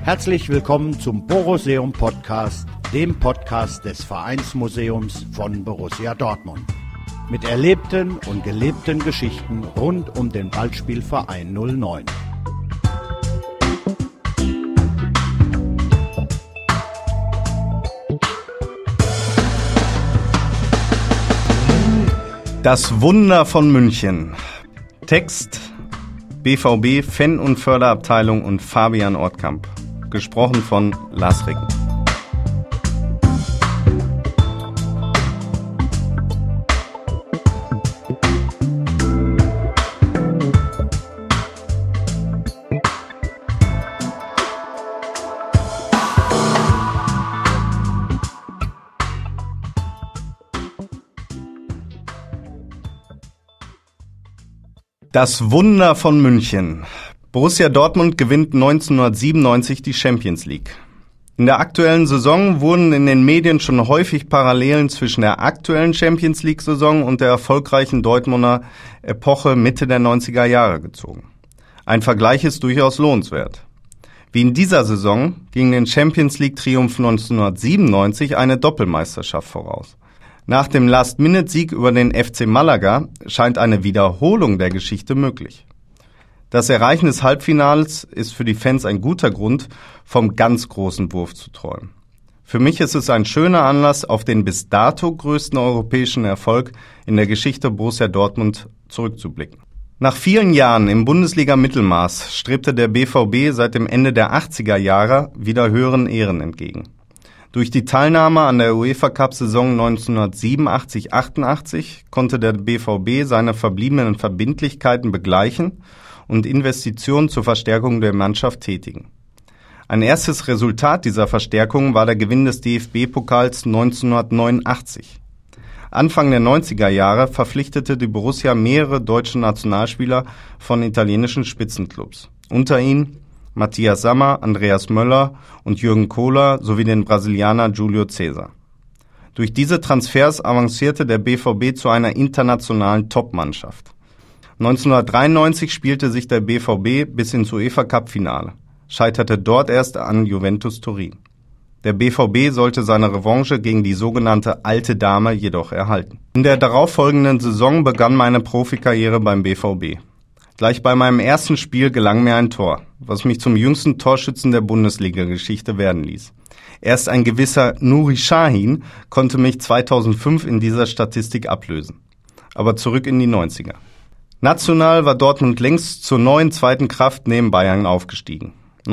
Herzlich willkommen zum Boruseum Podcast, dem Podcast des Vereinsmuseums von Borussia Dortmund. Mit erlebten und gelebten Geschichten rund um den Ballspielverein 09. Das Wunder von München. Text BVB Fan- und Förderabteilung und Fabian Ortkamp. Gesprochen von Lars Ricken. Das Wunder von München. Borussia Dortmund gewinnt 1997 die Champions League. In der aktuellen Saison wurden in den Medien schon häufig Parallelen zwischen der aktuellen Champions League-Saison und der erfolgreichen Dortmunder Epoche Mitte der 90er Jahre gezogen. Ein Vergleich ist durchaus lohnenswert. Wie in dieser Saison ging den Champions League-Triumph 1997 eine Doppelmeisterschaft voraus. Nach dem Last-Minute-Sieg über den FC Malaga scheint eine Wiederholung der Geschichte möglich. Das Erreichen des Halbfinals ist für die Fans ein guter Grund, vom ganz großen Wurf zu träumen. Für mich ist es ein schöner Anlass, auf den bis dato größten europäischen Erfolg in der Geschichte Borussia Dortmund zurückzublicken. Nach vielen Jahren im Bundesliga-Mittelmaß strebte der BVB seit dem Ende der 80er Jahre wieder höheren Ehren entgegen. Durch die Teilnahme an der UEFA-Cup-Saison 1987-88 konnte der BVB seine verbliebenen Verbindlichkeiten begleichen und Investitionen zur Verstärkung der Mannschaft tätigen. Ein erstes Resultat dieser Verstärkung war der Gewinn des DFB-Pokals 1989. Anfang der 90er Jahre verpflichtete die Borussia mehrere deutsche Nationalspieler von italienischen Spitzenclubs. Unter ihnen Matthias Sammer, Andreas Möller und Jürgen Kohler sowie den Brasilianer Julio César. Durch diese Transfers avancierte der BVB zu einer internationalen Top-Mannschaft. 1993 spielte sich der BVB bis ins UEFA-Cup-Finale, scheiterte dort erst an Juventus Turin. Der BVB sollte seine Revanche gegen die sogenannte alte Dame jedoch erhalten. In der darauffolgenden Saison begann meine Profikarriere beim BVB. Gleich bei meinem ersten Spiel gelang mir ein Tor, was mich zum jüngsten Torschützen der Bundesliga-Geschichte werden ließ. Erst ein gewisser Nuri Sahin konnte mich 2005 in dieser Statistik ablösen. Aber zurück in die 90er. National war Dortmund längst zur neuen zweiten Kraft neben Bayern aufgestiegen.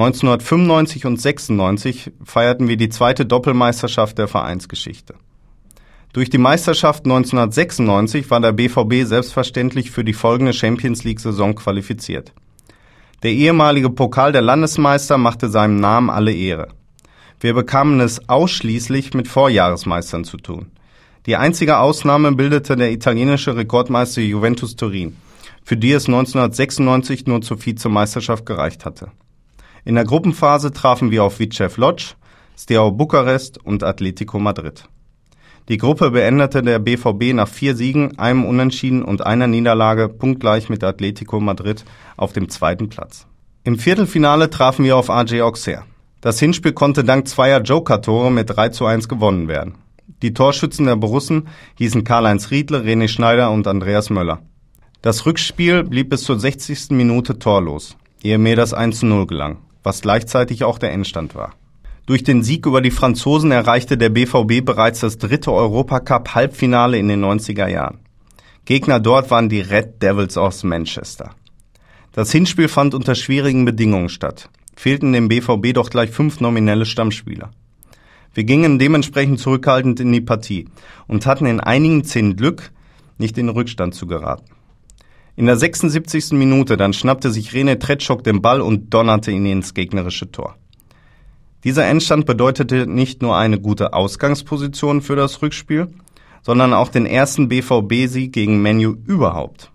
1995 und 96 feierten wir die zweite Doppelmeisterschaft der Vereinsgeschichte. Durch die Meisterschaft 1996 war der BVB selbstverständlich für die folgende Champions-League-Saison qualifiziert. Der ehemalige Pokal der Landesmeister machte seinem Namen alle Ehre. Wir bekamen es ausschließlich mit Vorjahresmeistern zu tun. Die einzige Ausnahme bildete der italienische Rekordmeister Juventus Turin, für die es 1996 nur zur Vizemeisterschaft gereicht hatte. In der Gruppenphase trafen wir auf Vitesse Lodz, Steaua Bukarest und Atletico Madrid. Die Gruppe beendete der BVB nach 4 Siegen, einem Unentschieden und einer Niederlage punktgleich mit Atletico Madrid auf dem zweiten Platz. Im Viertelfinale trafen wir auf AG Auxerre. Das Hinspiel konnte dank zweier Joker-Tore mit 3:1 gewonnen werden. Die Torschützen der Borussen hießen Karl-Heinz Riedle, René Schneider und Andreas Möller. Das Rückspiel blieb bis zur 60. Minute torlos, ehe mir das 1:0 gelang, was gleichzeitig auch der Endstand war. Durch den Sieg über die Franzosen erreichte der BVB bereits das 3. Europacup-Halbfinale in den 90er Jahren. Gegner dort waren die Red Devils aus Manchester. Das Hinspiel fand unter schwierigen Bedingungen statt, fehlten dem BVB doch gleich 5 nominelle Stammspieler. Wir gingen dementsprechend zurückhaltend in die Partie und hatten in einigen Szenen Glück, nicht in Rückstand zu geraten. In der 76. Minute dann schnappte sich René Tretschok den Ball und donnerte ihn ins gegnerische Tor. Dieser Endstand bedeutete nicht nur eine gute Ausgangsposition für das Rückspiel, sondern auch den ersten BVB-Sieg gegen Man U überhaupt.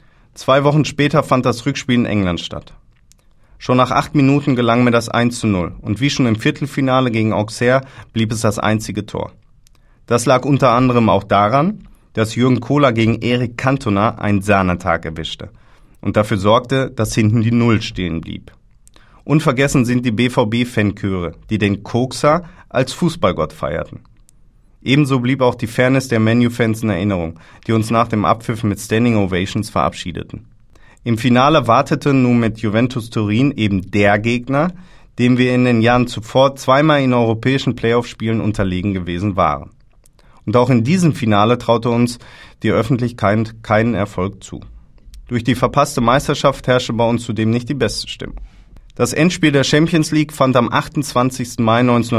2 Wochen später fand das Rückspiel in England statt. Schon nach 8 Minuten gelang mir das 1:0 und wie schon im Viertelfinale gegen Auxerre blieb es das einzige Tor. Das lag unter anderem auch daran, dass Jürgen Kohler gegen Erik Cantona einen Sahnetag erwischte und dafür sorgte, dass hinten die Null stehen blieb. Unvergessen sind die BVB-Fanchöre, die den Kokser als Fußballgott feierten. Ebenso blieb auch die Fairness der Man-U-Fans in Erinnerung, die uns nach dem Abpfiff mit Standing Ovations verabschiedeten. Im Finale wartete nun mit Juventus Turin eben der Gegner, dem wir in den Jahren zuvor zweimal in europäischen Playoff-Spielen unterlegen gewesen waren. Und auch in diesem Finale traute uns die Öffentlichkeit keinen Erfolg zu. Durch die verpasste Meisterschaft herrschte bei uns zudem nicht die beste Stimmung. Das Endspiel der Champions League fand am 28. Mai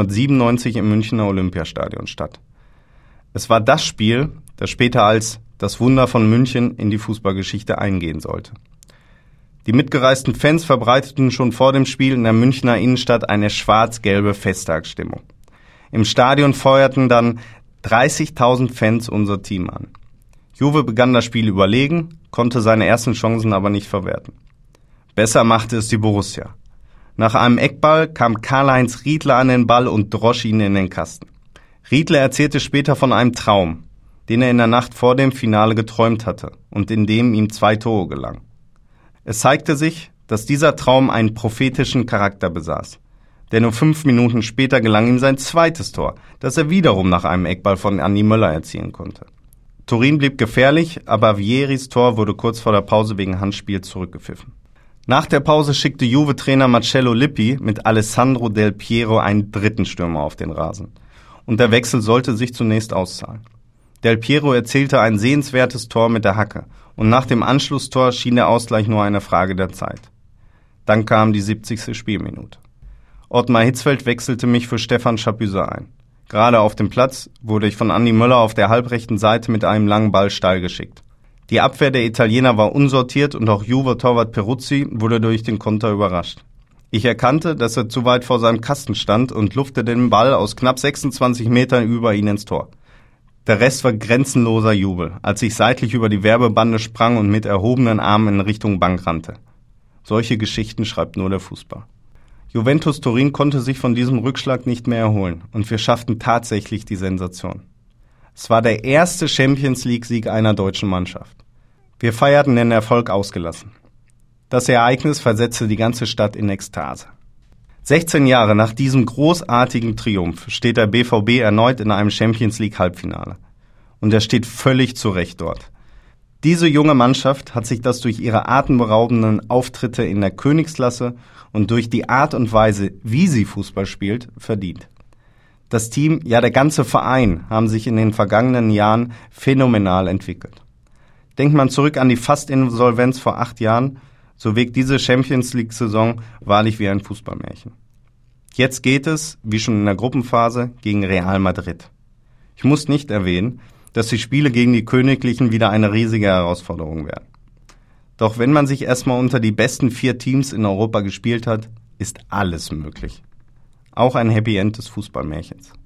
1997 im Münchner Olympiastadion statt. Es war das Spiel, das später als das Wunder von München in die Fußballgeschichte eingehen sollte. Die mitgereisten Fans verbreiteten schon vor dem Spiel in der Münchner Innenstadt eine schwarz-gelbe Festtagsstimmung. Im Stadion feuerten dann 30.000 Fans unser Team an. Juve begann das Spiel überlegen, konnte seine ersten Chancen aber nicht verwerten. Besser machte es die Borussia. Nach einem Eckball kam Karl-Heinz Riedle an den Ball und drosch ihn in den Kasten. Riedle erzählte später von einem Traum, den er in der Nacht vor dem Finale geträumt hatte und in dem ihm 2 Tore gelangen. Es zeigte sich, dass dieser Traum einen prophetischen Charakter besaß. Denn nur 5 Minuten später gelang ihm sein zweites Tor, das er wiederum nach einem Eckball von Andi Möller erzielen konnte. Turin blieb gefährlich, aber Vieris Tor wurde kurz vor der Pause wegen Handspiel zurückgepfiffen. Nach der Pause schickte Juve-Trainer Marcello Lippi mit Alessandro Del Piero einen dritten Stürmer auf den Rasen. Und der Wechsel sollte sich zunächst auszahlen. Del Piero erzielte ein sehenswertes Tor mit der Hacke und nach dem Anschlusstor schien der Ausgleich nur eine Frage der Zeit. Dann kam die 70. Spielminute. Ottmar Hitzfeld wechselte mich für Stefan Chapuisat ein. Gerade auf dem Platz wurde ich von Andi Möller auf der halbrechten Seite mit einem langen Ball steil geschickt. Die Abwehr der Italiener war unsortiert und auch Juve-Torwart Peruzzi wurde durch den Konter überrascht. Ich erkannte, dass er zu weit vor seinem Kasten stand und luftete den Ball aus knapp 26 Metern über ihn ins Tor. Der Rest war grenzenloser Jubel, als ich seitlich über die Werbebande sprang und mit erhobenen Armen in Richtung Bank rannte. Solche Geschichten schreibt nur der Fußball. Juventus Turin konnte sich von diesem Rückschlag nicht mehr erholen und wir schafften tatsächlich die Sensation. Es war der erste Champions-League-Sieg einer deutschen Mannschaft. Wir feierten den Erfolg ausgelassen. Das Ereignis versetzte die ganze Stadt in Ekstase. 16 Jahre nach diesem großartigen Triumph steht der BVB erneut in einem Champions-League-Halbfinale. Und er steht völlig zu Recht dort. Diese junge Mannschaft hat sich das durch ihre atemberaubenden Auftritte in der Königsklasse und durch die Art und Weise, wie sie Fußball spielt, verdient. Das Team, ja der ganze Verein, haben sich in den vergangenen Jahren phänomenal entwickelt. Denkt man zurück an die Fast-Insolvenz vor 8 Jahren, so wirkt diese Champions-League-Saison wahrlich wie ein Fußballmärchen. Jetzt geht es, wie schon in der Gruppenphase, gegen Real Madrid. Ich muss nicht erwähnen, dass die Spiele gegen die Königlichen wieder eine riesige Herausforderung werden. Doch wenn man sich erstmal unter die besten 4 Teams in Europa gespielt hat, ist alles möglich. Auch ein Happy End des Fußballmärchens.